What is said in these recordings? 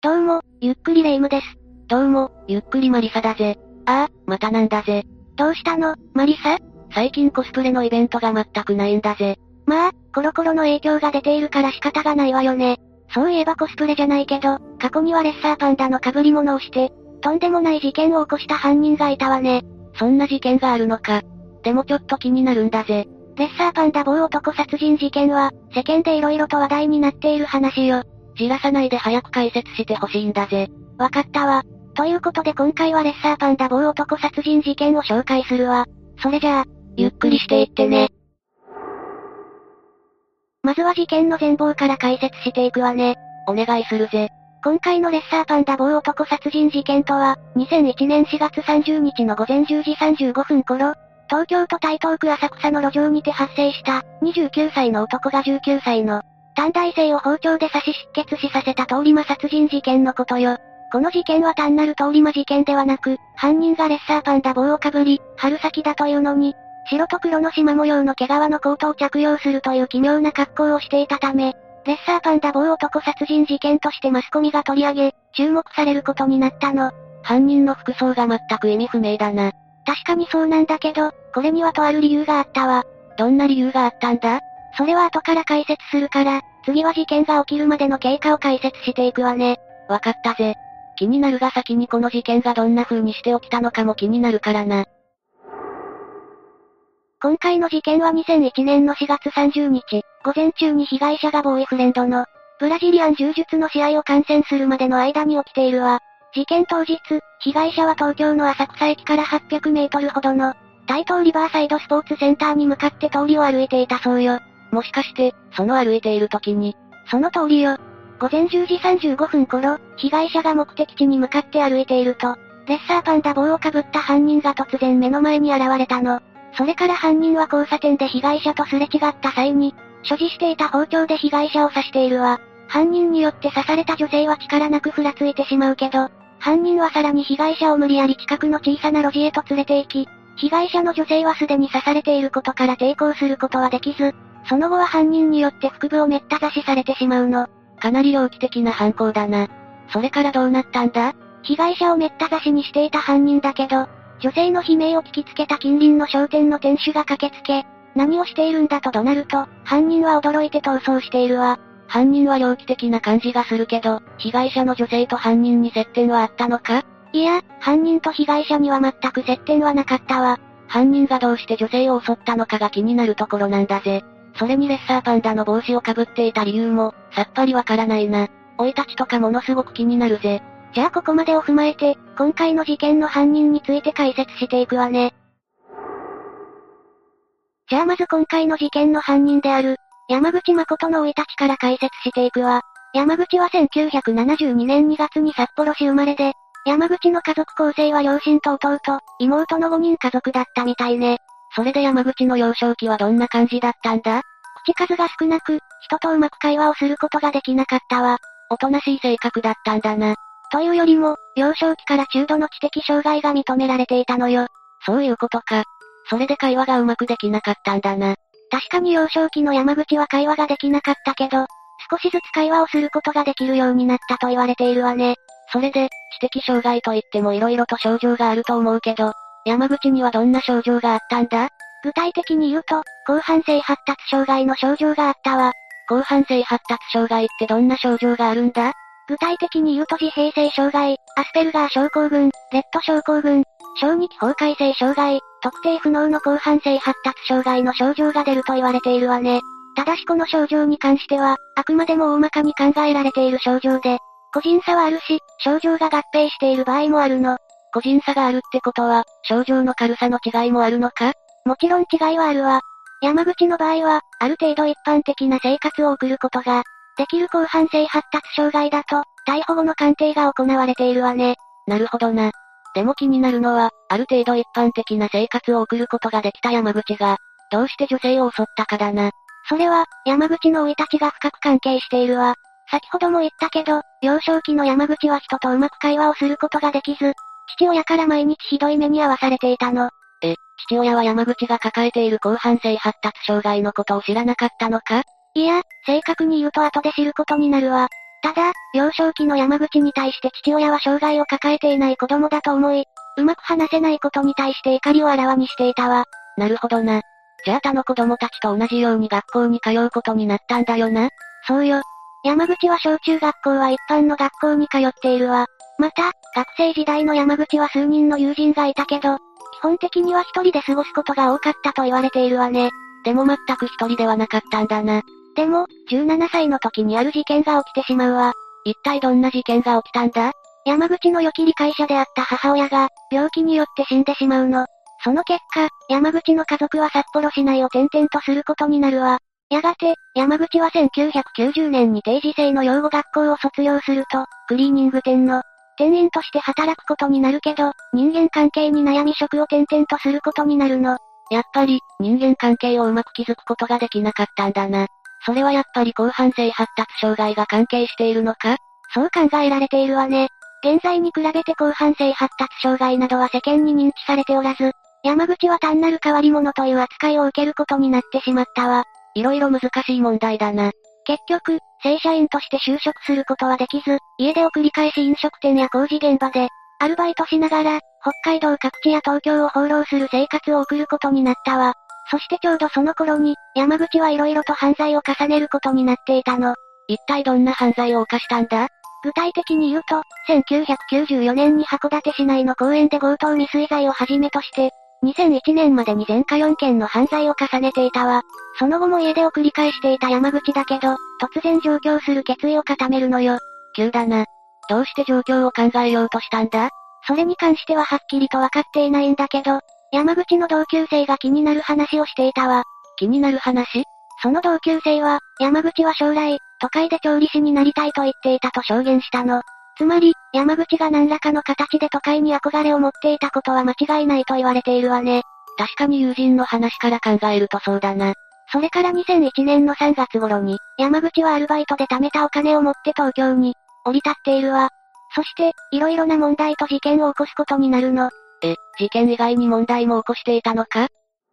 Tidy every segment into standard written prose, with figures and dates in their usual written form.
どうも、ゆっくりレ夢ムです。 どうも、ゆっくりマリサだぜ。ああ、またなんだぜ。 どうしたの、マリサ？ 最近コスプレのイベントが全くないんだぜ。 まあ、コロコロの影響が出ているから仕方がないわよね。そういえばコスプレじゃないけど、過去にはレッサーパンダの被り物をして、とんでもない事件を起こした犯人がいたわね。 そんな事件があるのか。でもちょっと気になるんだぜ。 レッサーパンダ某男殺人事件は、世間で色々と話題になっている話よ。 じらさないで早く解説してほしいんだぜ。 わかったわ。ということで今回はレッサーパンダ某男殺人事件を紹介するわ。それじゃあ、 ゆっくりしていってね。 まずは事件の全貌から解説していくわね。 お願いするぜ。 今回のレッサーパンダ某男殺人事件とは、2001年4月30日の午前10時35分頃、東京都台東区浅草の路上にて発生した、29歳の男が19歳の、短大生を包丁で刺し失血死させた通り魔殺人事件のことよ。この事件は単なる通り魔事件ではなく、犯人がレッサーパンダ帽をかぶり、春先だというのに、白と黒の縞模様の毛皮のコートを着用するという奇妙な格好をしていたため、レッサーパンダ某男殺人事件としてマスコミが取り上げ、注目されることになったの。 犯人の服装が全く意味不明だな。 確かにそうなんだけど、これにはとある理由があったわ。 どんな理由があったんだ？ それは後から解説するから、次は事件が起きるまでの経過を解説していくわね。 わかったぜ。気になるが先にこの事件がどんな風にして起きたのかも気になるからな。 今回の事件は2001年の4月30日、午前中に被害者がボーイフレンドの、ブラジリアン柔術の試合を観戦するまでの間に起きているわ。事件当日、被害者は東京の浅草駅から800メートルほどの、台東リバーサイドスポーツセンターに向かって通りを歩いていたそうよ。 もしかして、その歩いている時に、 その通りよ。午前10時35分頃、被害者が目的地に向かって歩いていると、レッサーパンダ帽をかぶった犯人が突然目の前に現れたの。それから犯人は交差点で被害者とすれ違った際に、所持していた包丁で被害者を刺しているわ。犯人によって刺された女性は力なくふらついてしまうけど、犯人はさらに被害者を無理やり近くの小さな路地へと連れて行き、被害者の女性はすでに刺されていることから抵抗することはできず、その後は犯人によって腹部をめった刺しされてしまうの。 かなり猟奇的な犯行だな。それからどうなったんだ？ 被害者をめった刺しにしていた犯人だけど、女性の悲鳴を聞きつけた近隣の商店の店主が駆けつけ、何をしているんだと怒鳴ると、犯人は驚いて逃走しているわ。 犯人は猟奇的な感じがするけど、被害者の女性と犯人に接点はあったのか？ いや、犯人と被害者には全く接点はなかったわ。 犯人がどうして女性を襲ったのかが気になるところなんだぜ。それにレッサーパンダの帽子をかぶっていた理由も、さっぱりわからないな。生い立ちとかものすごく気になるぜ。 じゃあここまでを踏まえて、今回の事件の犯人について解説していくわね。じゃあまず今回の事件の犯人である、山口誠の生い立ちから解説していくわ。山口は1972年2月に札幌市生まれで、山口の家族構成は両親と弟、妹の5人家族だったみたいね。 それで山口の幼少期はどんな感じだったんだ？ 口数が少なく、人とうまく会話をすることができなかったわ。 おとなしい性格だったんだな。 というよりも、幼少期から中度の知的障害が認められていたのよ。 そういうことか。それで会話がうまくできなかったんだな。 確かに幼少期の山口は会話ができなかったけど、少しずつ会話をすることができるようになったと言われているわね。 それで、知的障害といっても色々と症状があると思うけど、山口にはどんな症状があったんだ？ 具体的に言うと、広汎性発達障害の症状があったわ。 広汎性発達障害ってどんな症状があるんだ？ 具体的に言うと自閉性障害、アスペルガー症候群、レット症候群、小児期崩壊性障害、特定不能の広汎性発達障害の症状が出ると言われているわね。ただしこの症状に関しては、あくまでも大まかに考えられている症状で、個人差はあるし、症状が合併している場合もあるの。 個人差があるってことは、症状の軽さの違いもあるのか？ もちろん違いはあるわ。山口の場合は、ある程度一般的な生活を送ることが、できる広汎性発達障害だと、逮捕後の鑑定が行われているわね。 なるほどな。でも気になるのは、ある程度一般的な生活を送ることができた山口が、どうして女性を襲ったかだな。 それは、山口の生い立ちが深く関係しているわ。先ほども言ったけど、幼少期の山口は人とうまく会話をすることができず、父親から毎日ひどい目に遭わされていたの。 父親は山口が抱えている広汎性発達障害のことを知らなかったのか？ いや、正確に言うと後で知ることになるわ。 ただ、幼少期の山口に対して父親は障害を抱えていない子供だと思い、うまく話せないことに対して怒りをあらわにしていたわ。 なるほどな。じゃあ他の子供たちと同じように学校に通うことになったんだよな。 そうよ。山口は小中学校は一般の学校に通っているわ。また、学生時代の山口は数人の友人がいたけど、基本的には一人で過ごすことが多かったと言われているわね。 でも全く一人ではなかったんだな。 でも、17歳の時にある事件が起きてしまうわ。 一体どんな事件が起きたんだ？ 山口の良き理解者であった母親が、病気によって死んでしまうの。その結果、山口の家族は札幌市内を転々とすることになるわ。やがて、山口は1990年に定時制の養護学校を卒業すると、クリーニング店の店員として働くことになるけど、人間関係に悩み職を転々とすることになるの。 やっぱり、人間関係をうまく築くことができなかったんだな。それはやっぱり広汎性発達障害が関係しているのか？ そう考えられているわね。現在に比べて広汎性発達障害などは世間に認知されておらず、山口は単なる変わり者という扱いを受けることになってしまったわ。 いろいろ難しい問題だな。 結局、正社員として就職することはできず、家出を繰り返し飲食店や工事現場で、アルバイトしながら、北海道各地や東京を放浪する生活を送ることになったわ。そしてちょうどその頃に、山口はいろいろと犯罪を重ねることになっていたの。 一体どんな犯罪を犯したんだ？ 具体的に言うと、1994年に函館市内の公園で強盗未遂罪をはじめとして、2001年までに前科4件の犯罪を重ねていたわ。その後も家出を繰り返していた山口だけど、突然上京する決意を固めるのよ。 急だな。どうして上京を考えようとしたんだ？ それに関してははっきりとわかっていないんだけど、山口の同級生が気になる話をしていたわ。 気になる話？ その同級生は、山口は将来、都会で調理師になりたいと言っていたと証言したの。つまり、山口が何らかの形で都会に憧れを持っていたことは間違いないと言われているわね。 確かに友人の話から考えるとそうだな。 それから2001年の3月頃に、山口はアルバイトで貯めたお金を持って東京に、降り立っているわ。そして、いろいろな問題と事件を起こすことになるの。 事件以外に問題も起こしていたのか？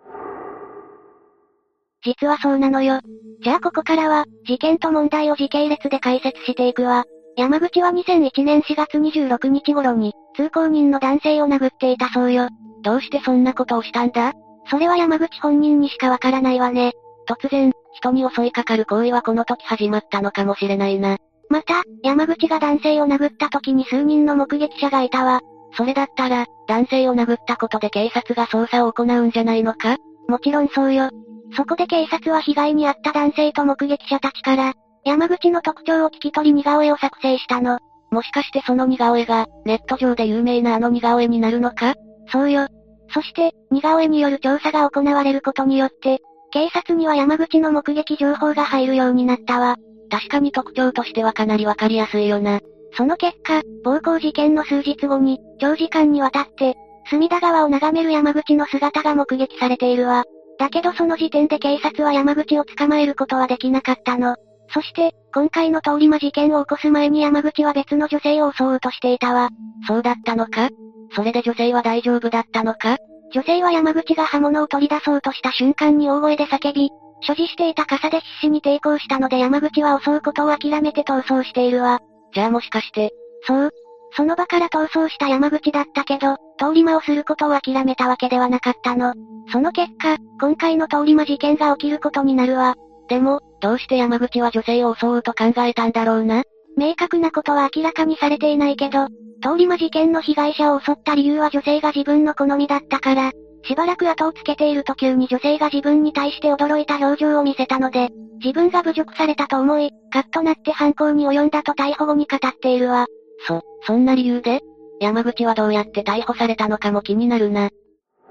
実はそうなのよ。じゃあここからは、事件と問題を時系列で解説していくわ。山口は2001年4月26日頃に、通行人の男性を殴っていたそうよ。 どうしてそんなことをしたんだ？ それは山口本人にしかわからないわね。 突然、人に襲いかかる行為はこの時始まったのかもしれないな。 また、山口が男性を殴った時に数人の目撃者がいたわ。 それだったら、男性を殴ったことで警察が捜査を行うんじゃないのか？ もちろんそうよ。そこで警察は被害に遭った男性と目撃者たちから、山口の特徴を聞き取り似顔絵を作成したの。 もしかしてその似顔絵が、ネット上で有名なあの似顔絵になるのか？ そうよ。そして、似顔絵による調査が行われることによって、警察には山口の目撃情報が入るようになったわ。 確かに特徴としてはかなりわかりやすいよな。 その結果、暴行事件の数日後に、長時間にわたって、隅田川を眺める山口の姿が目撃されているわ。だけどその時点で警察は山口を捕まえることはできなかったの。そして、今回の通り魔事件を起こす前に山口は別の女性を襲おうとしていたわ。 そうだったのか？それで女性は大丈夫だったのか？ 女性は山口が刃物を取り出そうとした瞬間に大声で叫び、所持していた傘で必死に抵抗したので山口は襲うことを諦めて逃走しているわ。 じゃあもしかして、 そう。その場から逃走した山口だったけど、通り魔をすることを諦めたわけではなかったの。その結果、今回の通り魔事件が起きることになるわ。 でも、どうして山口は女性を襲おうと考えたんだろうな。 明確なことは明らかにされていないけど、通り魔事件の被害者を襲った理由は女性が自分の好みだったから、しばらく後をつけている途中に女性が自分に対して驚いた表情を見せたので、自分が侮辱されたと思い、カッとなって犯行に及んだと逮捕後に語っているわ。 そんな理由で？山口はどうやって逮捕されたのかも気になるな。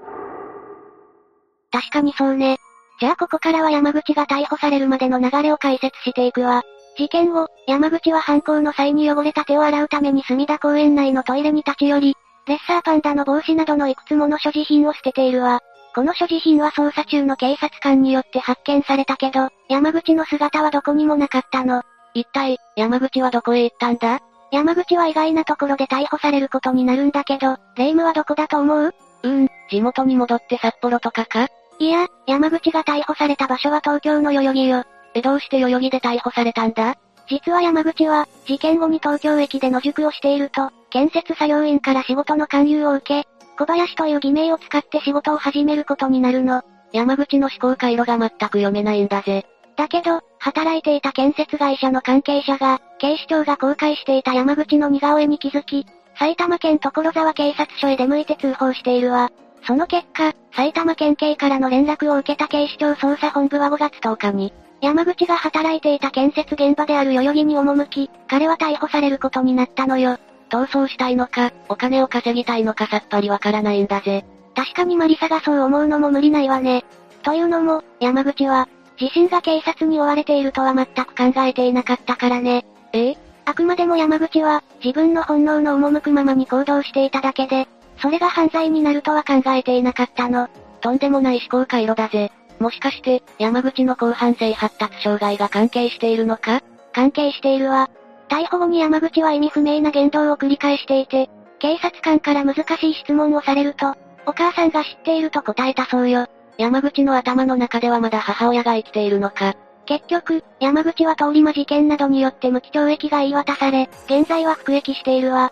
確かにそうね。じゃあここからは山口が逮捕されるまでの流れを解説していくわ。事件後、山口は犯行の際に汚れた手を洗うために隅田公園内のトイレに立ち寄り、レッサーパンダの帽子などのいくつもの所持品を捨てているわ。この所持品は捜査中の警察官によって発見されたけど、山口の姿はどこにもなかったの。 一体、山口はどこへ行ったんだ？ 山口は意外なところで逮捕されることになるんだけど、霊夢はどこだと思う？ 地元に戻って札幌とかか？ いや、山口が逮捕された場所は東京の代々木よ。 どうして代々木で逮捕されたんだ？ 実は山口は、事件後に東京駅で野宿をしていると、建設作業員から仕事の勧誘を受け、小林という偽名を使って仕事を始めることになるの。 山口の思考回路が全く読めないんだぜ。 だけど、働いていた建設会社の関係者が、警視庁が公開していた山口の似顔絵に気づき、埼玉県所沢警察署へ出向いて通報しているわ。その結果、埼玉県警からの連絡を受けた警視庁捜査本部は5月10日に、山口が働いていた建設現場である代々木に赴き、彼は逮捕されることになったのよ。 逃走したいのか、お金を稼ぎたいのかさっぱりわからないんだぜ。 確かにマリサがそう思うのも無理ないわね。というのも、山口は、自身が警察に追われているとは全く考えていなかったからね。あくまでも山口は、自分の本能の赴くままに行動していただけで、それが犯罪になるとは考えていなかったの。 とんでもない思考回路だぜ。もしかして、山口の広範性発達障害が関係しているのか？ 関係しているわ。逮捕後に山口は意味不明な言動を繰り返していて、警察官から難しい質問をされると、お母さんが知っていると答えたそうよ。 山口の頭の中ではまだ母親が生きているのか。 結局、山口は通り魔事件などによって無期懲役が言い渡され、現在は服役しているわ。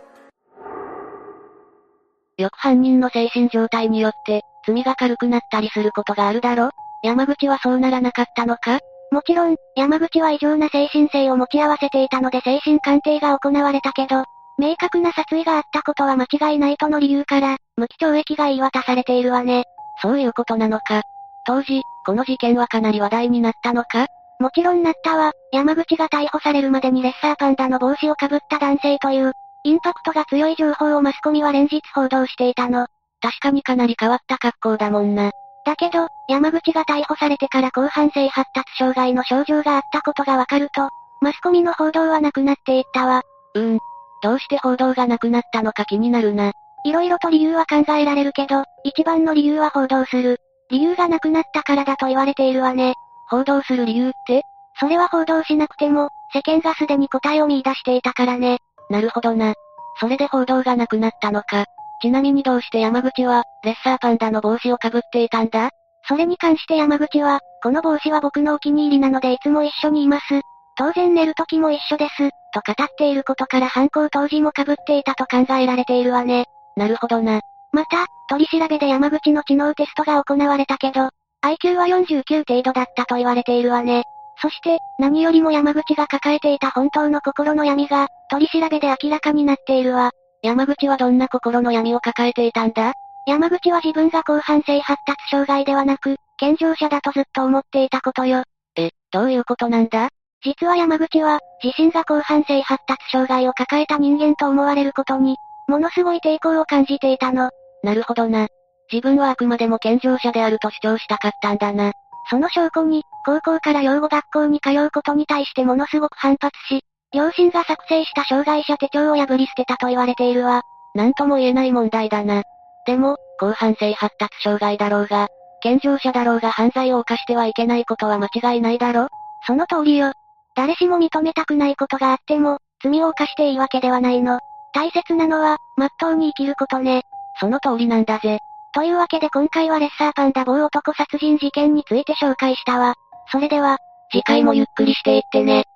よく犯人の精神状態によって、罪が軽くなったりすることがあるだろ？山口はそうならなかったのか？ もちろん、山口は異常な精神性を持ち合わせていたので精神鑑定が行われたけど、明確な殺意があったことは間違いないとの理由から、無期懲役が言い渡されているわね。 そういうことなのか。当時、この事件はかなり話題になったのか？ もちろんなったわ。山口が逮捕されるまでにレッサーパンダの帽子をかぶった男性という、インパクトが強い情報をマスコミは連日報道していたの。 確かにかなり変わった格好だもんな。 だけど、山口が逮捕されてから広範性発達障害の症状があったことがわかると、マスコミの報道はなくなっていったわ。 どうして報道がなくなったのか気になるな。 色々と理由は考えられるけど、一番の理由は報道する。理由がなくなったからだと言われているわね。 報道する理由って？ それは報道しなくても、世間がすでに答えを見出していたからね。 なるほどな。それで報道がなくなったのか。ちなみにどうして山口は、レッサーパンダの帽子をかぶっていたんだ？ それに関して山口は、この帽子は僕のお気に入りなのでいつも一緒にいます。当然寝る時も一緒です、と語っていることから犯行当時も被っていたと考えられているわね。 なるほどな。 また、取り調べで山口の知能テストが行われたけど、IQ は49程度だったと言われているわね。そして、何よりも山口が抱えていた本当の心の闇が、取り調べで明らかになっているわ。 山口はどんな心の闇を抱えていたんだ？ 山口は自分が広範性発達障害ではなく、健常者だとずっと思っていたことよ。 どういうことなんだ？ 実は山口は、自身が広範性発達障害を抱えた人間と思われることに、ものすごい抵抗を感じていたの。 なるほどな。自分はあくまでも健常者であると主張したかったんだな。 その証拠に、高校から養護学校に通うことに対してものすごく反発し、両親が作成した障害者手帳を破り捨てたと言われているわ。 なんとも言えない問題だな。でも、広範性発達障害だろうが、健常者だろうが犯罪を犯してはいけないことは間違いないだろ？ その通りよ。誰しも認めたくないことがあっても、罪を犯していいわけではないの。大切なのは、真っ当に生きることね。 その通りなんだぜ。 というわけで今回はレッサーパンダ某男殺人事件について紹介したわ。それでは、 次回もゆっくりしていってね。